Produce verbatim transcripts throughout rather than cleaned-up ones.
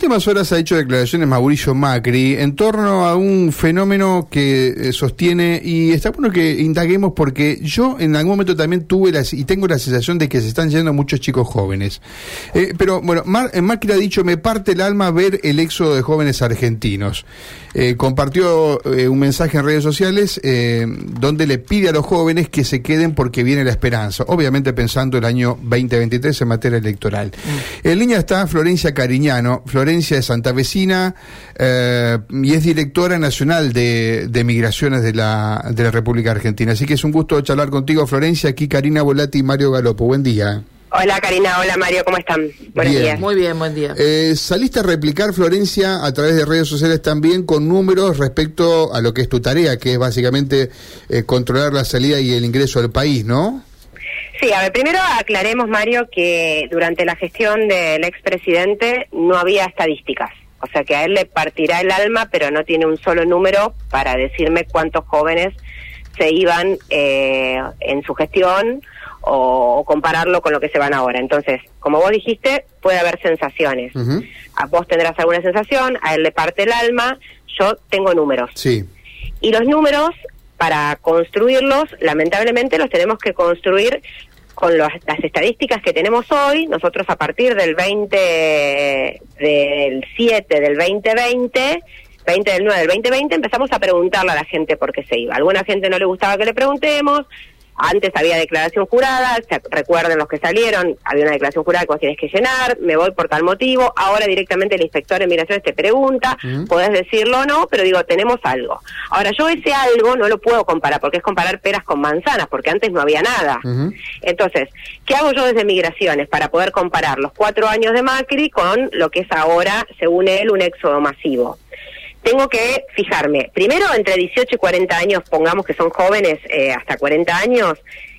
últimas horas ha hecho declaraciones Mauricio Macri en torno a un fenómeno que eh, sostiene, y está bueno que indaguemos porque yo en algún momento también tuve la, y tengo la sensación de que se están yendo muchos chicos jóvenes. Eh, pero bueno, Mar, Macri ha dicho, me parte el alma ver el éxodo de jóvenes argentinos. Eh, compartió eh, un mensaje en redes sociales eh, donde le pide a los jóvenes que se queden porque viene la esperanza, obviamente pensando el año veinte veintitrés en materia electoral. Mm. En línea está Florencia Cariñano. Florencia es santafesina eh, y es directora nacional de, de migraciones de la, de la República Argentina. Así que es un gusto charlar contigo, Florencia. Aquí Karina Volati y Mario Galopo. Buen día. Hola Karina, hola Mario, ¿cómo están? Buenos bien. días. Muy bien, buen día. Eh, saliste a replicar, Florencia, a través de redes sociales también con números respecto a lo que es tu tarea, que es básicamente eh, controlar la salida y el ingreso al país, ¿no? Sí, a ver, primero aclaremos, Mario, que durante la gestión del expresidente no había estadísticas. O sea que a él le partirá el alma, pero no tiene un solo número para decirme cuántos jóvenes se iban eh, en su gestión o, o compararlo con lo que se van ahora. Entonces, como vos dijiste, puede haber sensaciones. Uh-huh. A vos tendrás alguna sensación, a él le parte el alma, yo tengo números. Sí. Y los números, para construirlos, lamentablemente los tenemos que construir con los, las estadísticas que tenemos hoy. Nosotros a partir del veinte, del siete del veinte veinte, veinte del nueve del veinte veinte, empezamos a preguntarle a la gente por qué se iba. A alguna gente no le gustaba que le preguntemos. Antes había declaración jurada, se recuerden los que salieron, había una declaración jurada que vos tienes que llenar, me voy por tal motivo, ahora directamente el inspector de migraciones te pregunta, uh-huh. podés decirlo o no, pero digo, tenemos algo. Ahora, yo ese algo no lo puedo comparar, porque es comparar peras con manzanas, porque antes no había nada. Uh-huh. Entonces, ¿qué hago yo desde migraciones para poder comparar los cuatro años de Macri con lo que es ahora, según él, un éxodo masivo? Tengo que fijarme, primero entre dieciocho y cuarenta años, pongamos que son jóvenes eh, hasta cuarenta años,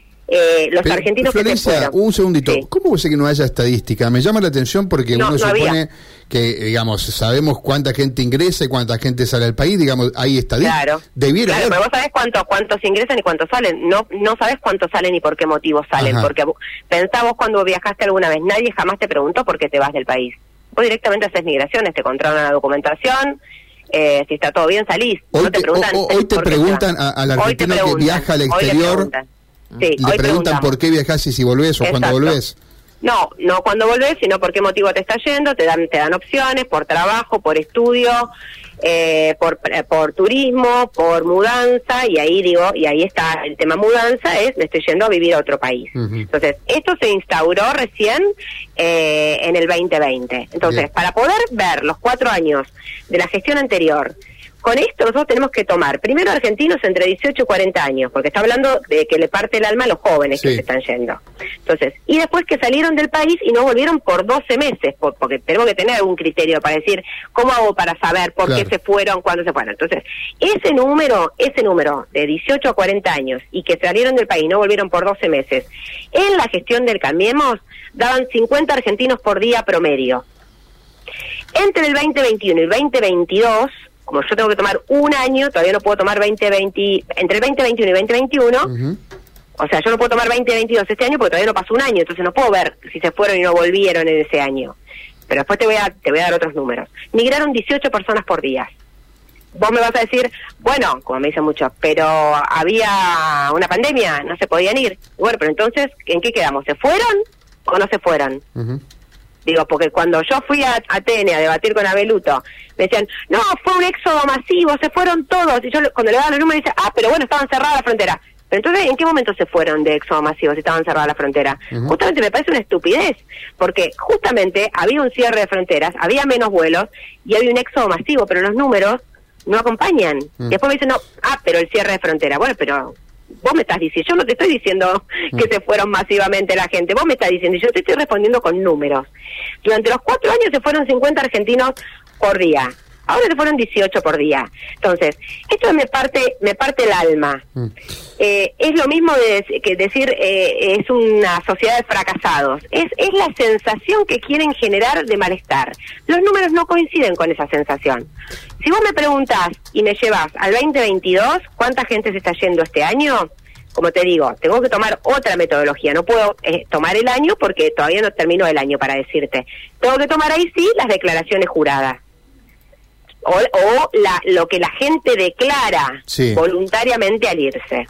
eh, los Pero, argentinos Florencia, que se fueron. un segundito, Sí. ¿cómo puede ser que no haya estadística? Me llama la atención porque no, uno no supone había. que, digamos, sabemos cuánta gente ingresa y cuánta gente sale al país, digamos, hay estadística. Claro, Debiera claro, haber. pero vos sabés cuántos, cuántos ingresan y cuántos salen, no no sabés cuántos salen y por qué motivos salen, Ajá. porque pensá vos cuando viajaste alguna vez, nadie jamás te preguntó por qué te vas del país. Vos directamente haces migraciones, te controlan la documentación. Eh, si está todo bien, salís. Hoy no te, te, preguntan. o, hoy te preguntan a, al argentino que viaja al exterior, sí, le hoy preguntan por qué viajás y si volvés o Exacto. cuando volvés. No, no cuando volvés, sino por qué motivo te está yendo, te dan te dan opciones, por trabajo, por estudio, eh, por eh, por turismo, por mudanza, y ahí digo, y ahí está el tema mudanza, es me estoy yendo a vivir a otro país. Uh-huh. Entonces, esto se instauró recién eh, en el veinte veinte. Entonces, Bien. Para poder ver los cuatro años de la gestión anterior, con esto nosotros tenemos que tomar, primero argentinos entre dieciocho y cuarenta años, porque está hablando de que le parte el alma a los jóvenes sí. que se están yendo. Entonces, y después que salieron del país y no volvieron por doce meses, por, porque tenemos que tener algún criterio para decir, ¿cómo hago para saber por claro. qué se fueron, cuándo se fueron? Entonces, ese número, ese número de dieciocho a cuarenta años y que salieron del país y no volvieron por doce meses, en la gestión del Cambiemos, daban cincuenta argentinos por día promedio. Entre el veinte veintiuno y el veinte veintidós, como yo tengo que tomar un año, todavía no puedo tomar veinte veinte, entre el veinte veintiuno y veinte veintiuno, uh-huh. o sea, yo no puedo tomar veinte veintidós este año porque todavía no pasó un año, entonces no puedo ver si se fueron y no volvieron en ese año. Pero después te voy a te voy a dar otros números. Migraron dieciocho personas por día. Vos me vas a decir, bueno, como me dicen muchos, pero había una pandemia, no se podían ir. Bueno, pero entonces, ¿en qué quedamos? ¿Se fueron o no se fueron? Uh-huh. Digo, porque cuando yo fui a Atenas a debatir con Abeluto, me decían, no, fue un éxodo masivo, se fueron todos. Y yo cuando le daban los números, decía, ah, pero bueno, estaban cerradas la frontera. Pero entonces, ¿en qué momento se fueron de éxodo masivo si estaban cerradas la frontera? Uh-huh. Justamente me parece una estupidez, porque justamente había un cierre de fronteras, había menos vuelos y había un éxodo masivo, pero los números no acompañan. Uh-huh. Y después me dicen, no, ah, pero el cierre de frontera. Bueno, pero vos me estás diciendo, yo no te estoy diciendo que se fueron masivamente la gente, vos me estás diciendo, y yo te estoy respondiendo con números. Durante los cuatro años se fueron cincuenta argentinos por día, ahora se fueron dieciocho por día. Entonces, esto me parte me parte el alma. Mm. Eh, es lo mismo de, que decir eh, es una sociedad de fracasados, es, es la sensación que quieren generar de malestar. Los números no coinciden con esa sensación. Si vos me preguntás y me llevas al veinte veintidós, ¿cuánta gente se está yendo este año? como te digo, tengo que tomar otra metodología, no puedo eh, tomar el año porque todavía no termino el año para decirte. Tengo que tomar ahí sí las declaraciones juradas. O, o la, lo que la gente declara sí. voluntariamente al irse.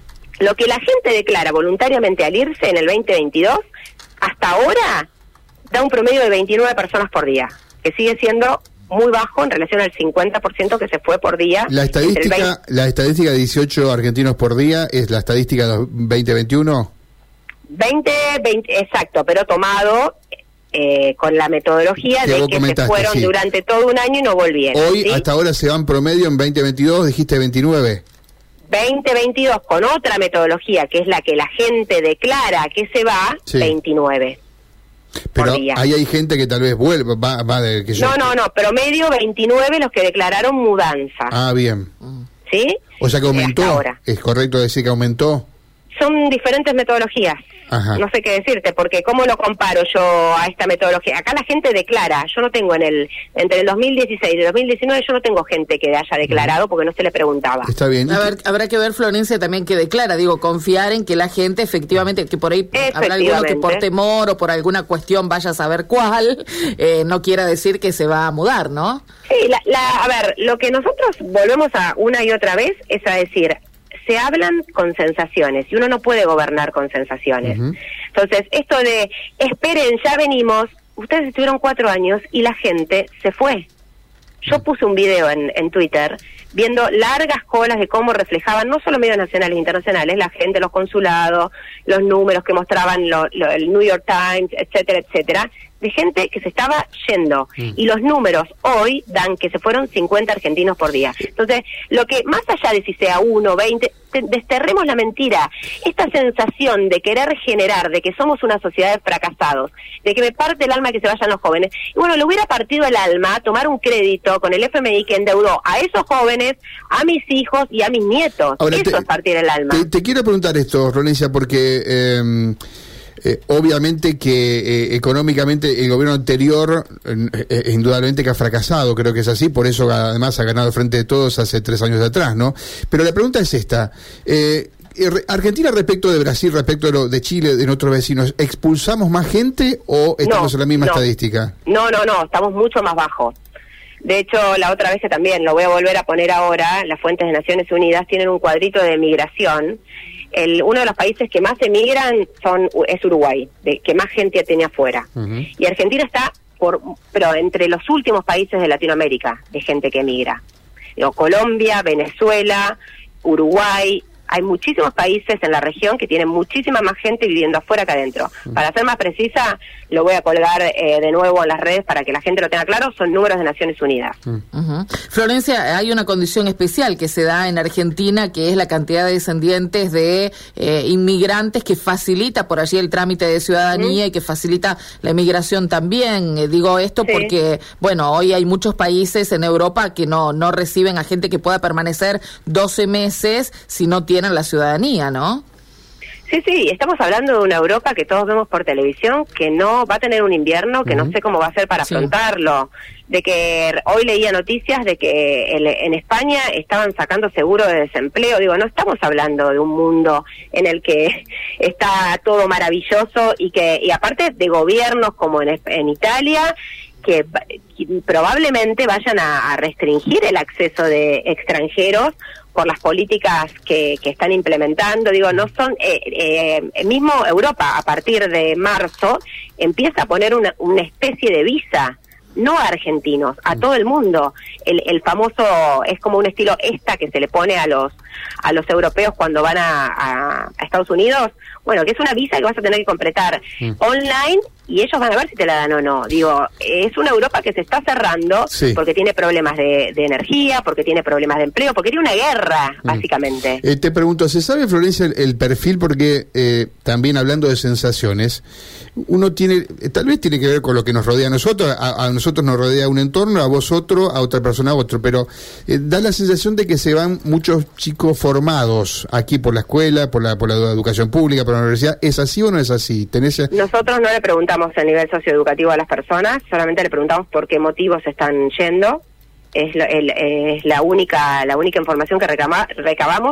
Lo que la gente declara voluntariamente al irse en el veinte veintidós, hasta ahora, da un promedio de veintinueve personas por día, que sigue siendo muy bajo en relación al cincuenta por ciento que se fue por día. La estadística veinte... la estadística de dieciocho argentinos por día es la estadística de veinte veintiuno. veinte, veinte, exacto, pero tomado eh, con la metodología de que se fueron sí. durante todo un año y no volvieron. Hoy, ¿sí? hasta ahora se van promedio en veinte veintidós, dijiste veintinueve. veinte veintidós con otra metodología, que es la que la gente declara que se va, sí. veintinueve. Pero ahí hay gente que tal vez vuelva, va, va de... Que yo... No, no, no, promedio veintinueve los que declararon mudanza. Ah, bien. ¿Sí? O sea que aumentó, ahora. ¿Es correcto decir que aumentó? Son diferentes metodologías. Ajá. No sé qué decirte, porque ¿cómo lo comparo yo a esta metodología? Acá la gente declara, yo no tengo en el, entre el dos mil dieciséis y el dos mil diecinueve yo no tengo gente que haya declarado porque no se le preguntaba. Está bien. A ver, habrá que ver, Florencia, también que declara, digo, confiar en que la gente efectivamente, que por ahí habrá alguno que por temor o por alguna cuestión vaya a saber cuál, eh, no quiera decir que se va a mudar, ¿no? Sí, la, la, a ver, lo que nosotros volvemos a una y otra vez es a decir... se hablan con sensaciones y uno no puede gobernar con sensaciones. Uh-huh. Entonces, esto de, esperen, ya venimos, ustedes estuvieron cuatro años y la gente se fue. Yo puse un video en, en Twitter viendo largas colas de cómo reflejaban no solo medios nacionales e internacionales, la gente, los consulados, los números que mostraban lo, lo, el New York Times, etcétera, etcétera, de gente que se estaba yendo. Mm. Y los números hoy dan que se fueron cincuenta argentinos por día. Entonces, lo que, más allá de si sea uno, veinte, te, desterremos la mentira. Esta sensación de querer generar, de que somos una sociedad de fracasados, de que me parte el alma que se vayan los jóvenes. Y bueno, le hubiera partido el alma tomar un crédito con el F M I que endeudó a esos jóvenes, a mis hijos y a mis nietos. Ahora, eso te, es partir el alma. Te, te quiero preguntar esto, Florencia, porque... Eh, Eh, obviamente que eh, económicamente el gobierno anterior eh, eh, indudablemente que ha fracasado, creo que es así, por eso además ha ganado Frente de Todos hace tres años atrás, ¿no? Pero la pregunta es esta, eh, Argentina respecto de Brasil, respecto de, lo, de Chile, de nuestros vecinos, ¿expulsamos más gente o estamos no, en la misma no. estadística? No, no, no, estamos mucho más bajos. De hecho, la otra vez que también, lo voy a volver a poner ahora, las fuentes de Naciones Unidas tienen un cuadrito de migración. El, uno de los países que más emigran son es Uruguay, de, que más gente tiene afuera. Uh-huh. Y Argentina está, por pero entre los últimos países de Latinoamérica de gente que emigra. Digo, Colombia, Venezuela, Uruguay... Hay muchísimos países en la región que tienen muchísima más gente viviendo afuera que adentro. Uh-huh. Para ser más precisa, lo voy a colgar eh, de nuevo en las redes para que la gente lo tenga claro, son números de Naciones Unidas. Uh-huh. Florencia, hay una condición especial que se da en Argentina, que es la cantidad de descendientes de eh, inmigrantes que facilita por allí el trámite de ciudadanía uh-huh. y que facilita la inmigración también. Eh, digo esto sí. porque, bueno, hoy hay muchos países en Europa que no, no reciben a gente que pueda permanecer doce meses si no tiene tienen la ciudadanía, ¿no? Sí, sí, estamos hablando de una Europa que todos vemos por televisión, que no va a tener un invierno, que uh-huh. no sé cómo va a ser para sí. afrontarlo, de que hoy leía noticias de que el, en España estaban sacando seguro de desempleo. Digo, no estamos hablando de un mundo en el que está todo maravilloso y que y aparte de gobiernos como en, en Italia, que, que probablemente vayan a, a restringir el acceso de extranjeros por las políticas que, que están implementando. Digo, no son, eh, eh, mismo Europa a partir de marzo empieza a poner una, una especie de visa, no a argentinos, a todo el mundo. El, el famoso, es como un estilo esta que se le pone a los a los europeos cuando van a, a, a Estados Unidos, bueno, que es una visa que vas a tener que completar mm. online y ellos van a ver si te la dan o no. Digo, es una Europa que se está cerrando sí. porque tiene problemas de, de energía, porque tiene problemas de empleo, porque tiene una guerra, mm. básicamente. Eh, te pregunto, ¿se sabe, Florencia, el, el perfil? Porque eh, también hablando de sensaciones, uno tiene, eh, tal vez tiene que ver con lo que nos rodea a nosotros, a, a nosotros nos rodea un entorno, a vos otro, a otra persona otro, pero eh, da la sensación de que se van muchos chicos formados aquí por la escuela, por la, por la educación pública, por la universidad. ¿Es así o no es así? ¿Tenés... Nosotros no le preguntamos el nivel socioeducativo a las personas, solamente le preguntamos por qué motivos están yendo. Es, lo, el, es la única la única información que recama, recabamos.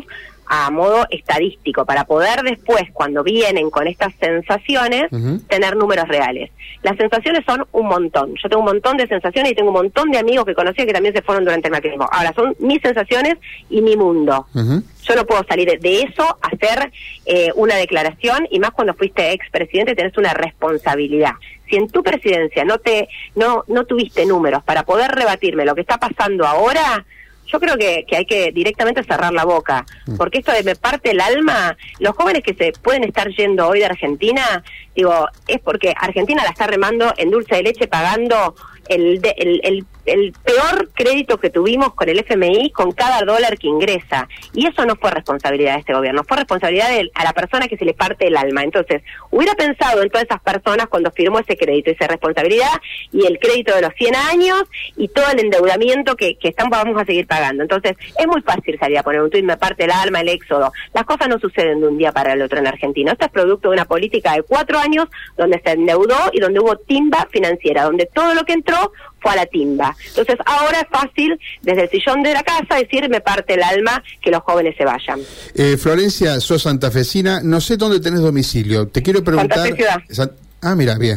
a modo estadístico, para poder después, cuando vienen con estas sensaciones, uh-huh. tener números reales. Las sensaciones son un montón. Yo tengo un montón de sensaciones y tengo un montón de amigos que conocía que también se fueron durante el macrismo. Ahora, son mis sensaciones y mi mundo. Uh-huh. Yo no puedo salir de eso a hacer eh, una declaración, y más cuando fuiste expresidente tenés una responsabilidad. Si en tu presidencia no te no no tuviste números para poder rebatirme lo que está pasando ahora, yo creo que, que hay que directamente cerrar la boca, porque esto de me parte el alma, los jóvenes que se pueden estar yendo hoy de Argentina, digo, es porque Argentina la está remando en dulce de leche, pagando el, de, el, el, el peor crédito que tuvimos con el F M I, con cada dólar que ingresa, y eso no fue responsabilidad de este gobierno, fue responsabilidad de a la persona que se le parte el alma. Entonces, hubiera pensado en todas esas personas cuando firmó ese crédito, esa responsabilidad, y el crédito de los cien años, y todo el endeudamiento que, que están, vamos a seguir pagando. Entonces, es muy fácil salir a poner un tuit, me parte el alma, el éxodo. Las cosas no suceden de un día para el otro en Argentina. Esto es producto de una política de cuatro años, donde se endeudó y donde hubo timba financiera, donde todo lo que entró fue a la timba. Entonces ahora es fácil desde el sillón de la casa decir me parte el alma que los jóvenes se vayan. Eh, Florencia, sos santafesina, no sé dónde tenés domicilio. Te quiero preguntar... Santa Fe Ciudad. San... Ah, mira, bien.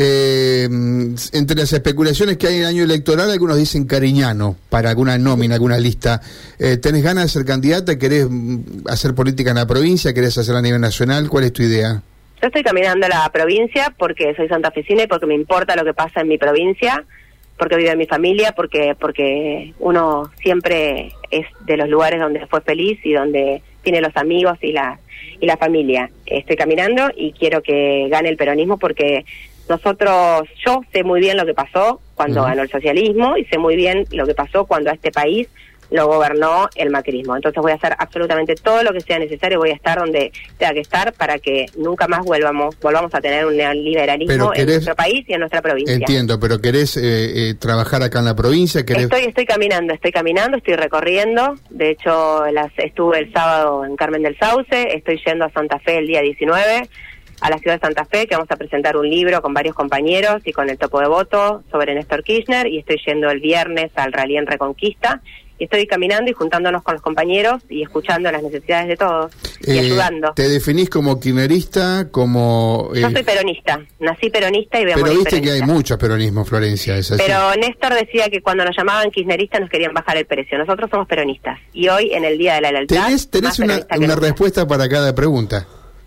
Eh, entre las especulaciones que hay en el año electoral, algunos dicen Cariñano para alguna nómina, alguna lista. Eh, ¿Tenés ganas de ser candidata? ¿Querés hacer política en la provincia? ¿Querés hacerla a nivel nacional? ¿Cuál es tu idea? Yo estoy caminando a la provincia porque soy santafesina y porque me importa lo que pasa en mi provincia, porque vive mi familia, porque porque uno siempre es de los lugares donde fue feliz y donde tiene los amigos y la y la familia. Estoy caminando y quiero que gane el peronismo porque nosotros, yo sé muy bien lo que pasó cuando uh-huh. ganó el socialismo y sé muy bien lo que pasó cuando a este país lo gobernó el macrismo. Entonces voy a hacer absolutamente todo lo que sea necesario, voy a estar donde tenga que estar para que nunca más volvamos volvamos a tener un neoliberalismo querés, en nuestro país y en nuestra provincia. Entiendo, pero ¿querés eh, eh, trabajar acá en la provincia? ¿Querés... Estoy estoy caminando, estoy caminando, estoy recorriendo. De hecho, las, estuve el sábado en Carmen del Sauce, estoy yendo a Santa Fe el día diecinueve, a la ciudad de Santa Fe, que vamos a presentar un libro con varios compañeros y con el topo de voto sobre Néstor Kirchner, y estoy yendo el viernes al Rally en Reconquista. Y estoy caminando y juntándonos con los compañeros y escuchando las necesidades de todos y eh, ayudando. ¿Te definís como kirchnerista, como...? Eh... Yo soy peronista, nací peronista y voy a Pero morir viste peronista. Que hay mucho peronismo, Florencia, es así. Pero Néstor decía que cuando nos llamaban kirchneristas nos querían bajar el precio. Nosotros somos peronistas. Y hoy, en el Día de la Lealtad... ¿Tenés, tenés una, una respuesta para cada pregunta?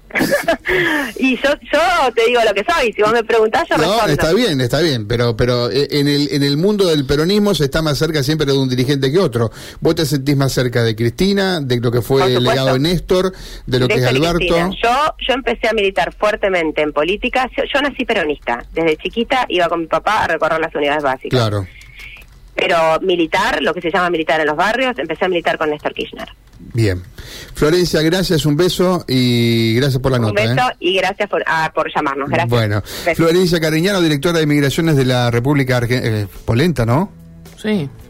Y yo yo te digo lo que soy, si vos me preguntás yo no, respondo. Está bien, está bien, pero pero en el en el mundo del peronismo se está más cerca siempre de un dirigente que otro. ¿Vos te sentís más cerca de Cristina, de lo que fue el legado de Néstor, de lo de que es Alberto? Yo yo empecé a militar fuertemente en política, yo, yo nací peronista, desde chiquita iba con mi papá a recorrer las unidades básicas. Claro. Pero militar, lo que se llama militar en los barrios, empecé a militar con Néstor Kirchner. Bien. Florencia, gracias, un beso y gracias por la un nota. Un beso ¿eh? y gracias por, ah, por llamarnos. Gracias. Bueno, Florencia Cariñano, directora de Migraciones de la República Argentina. Eh, Polenta, ¿no? Sí.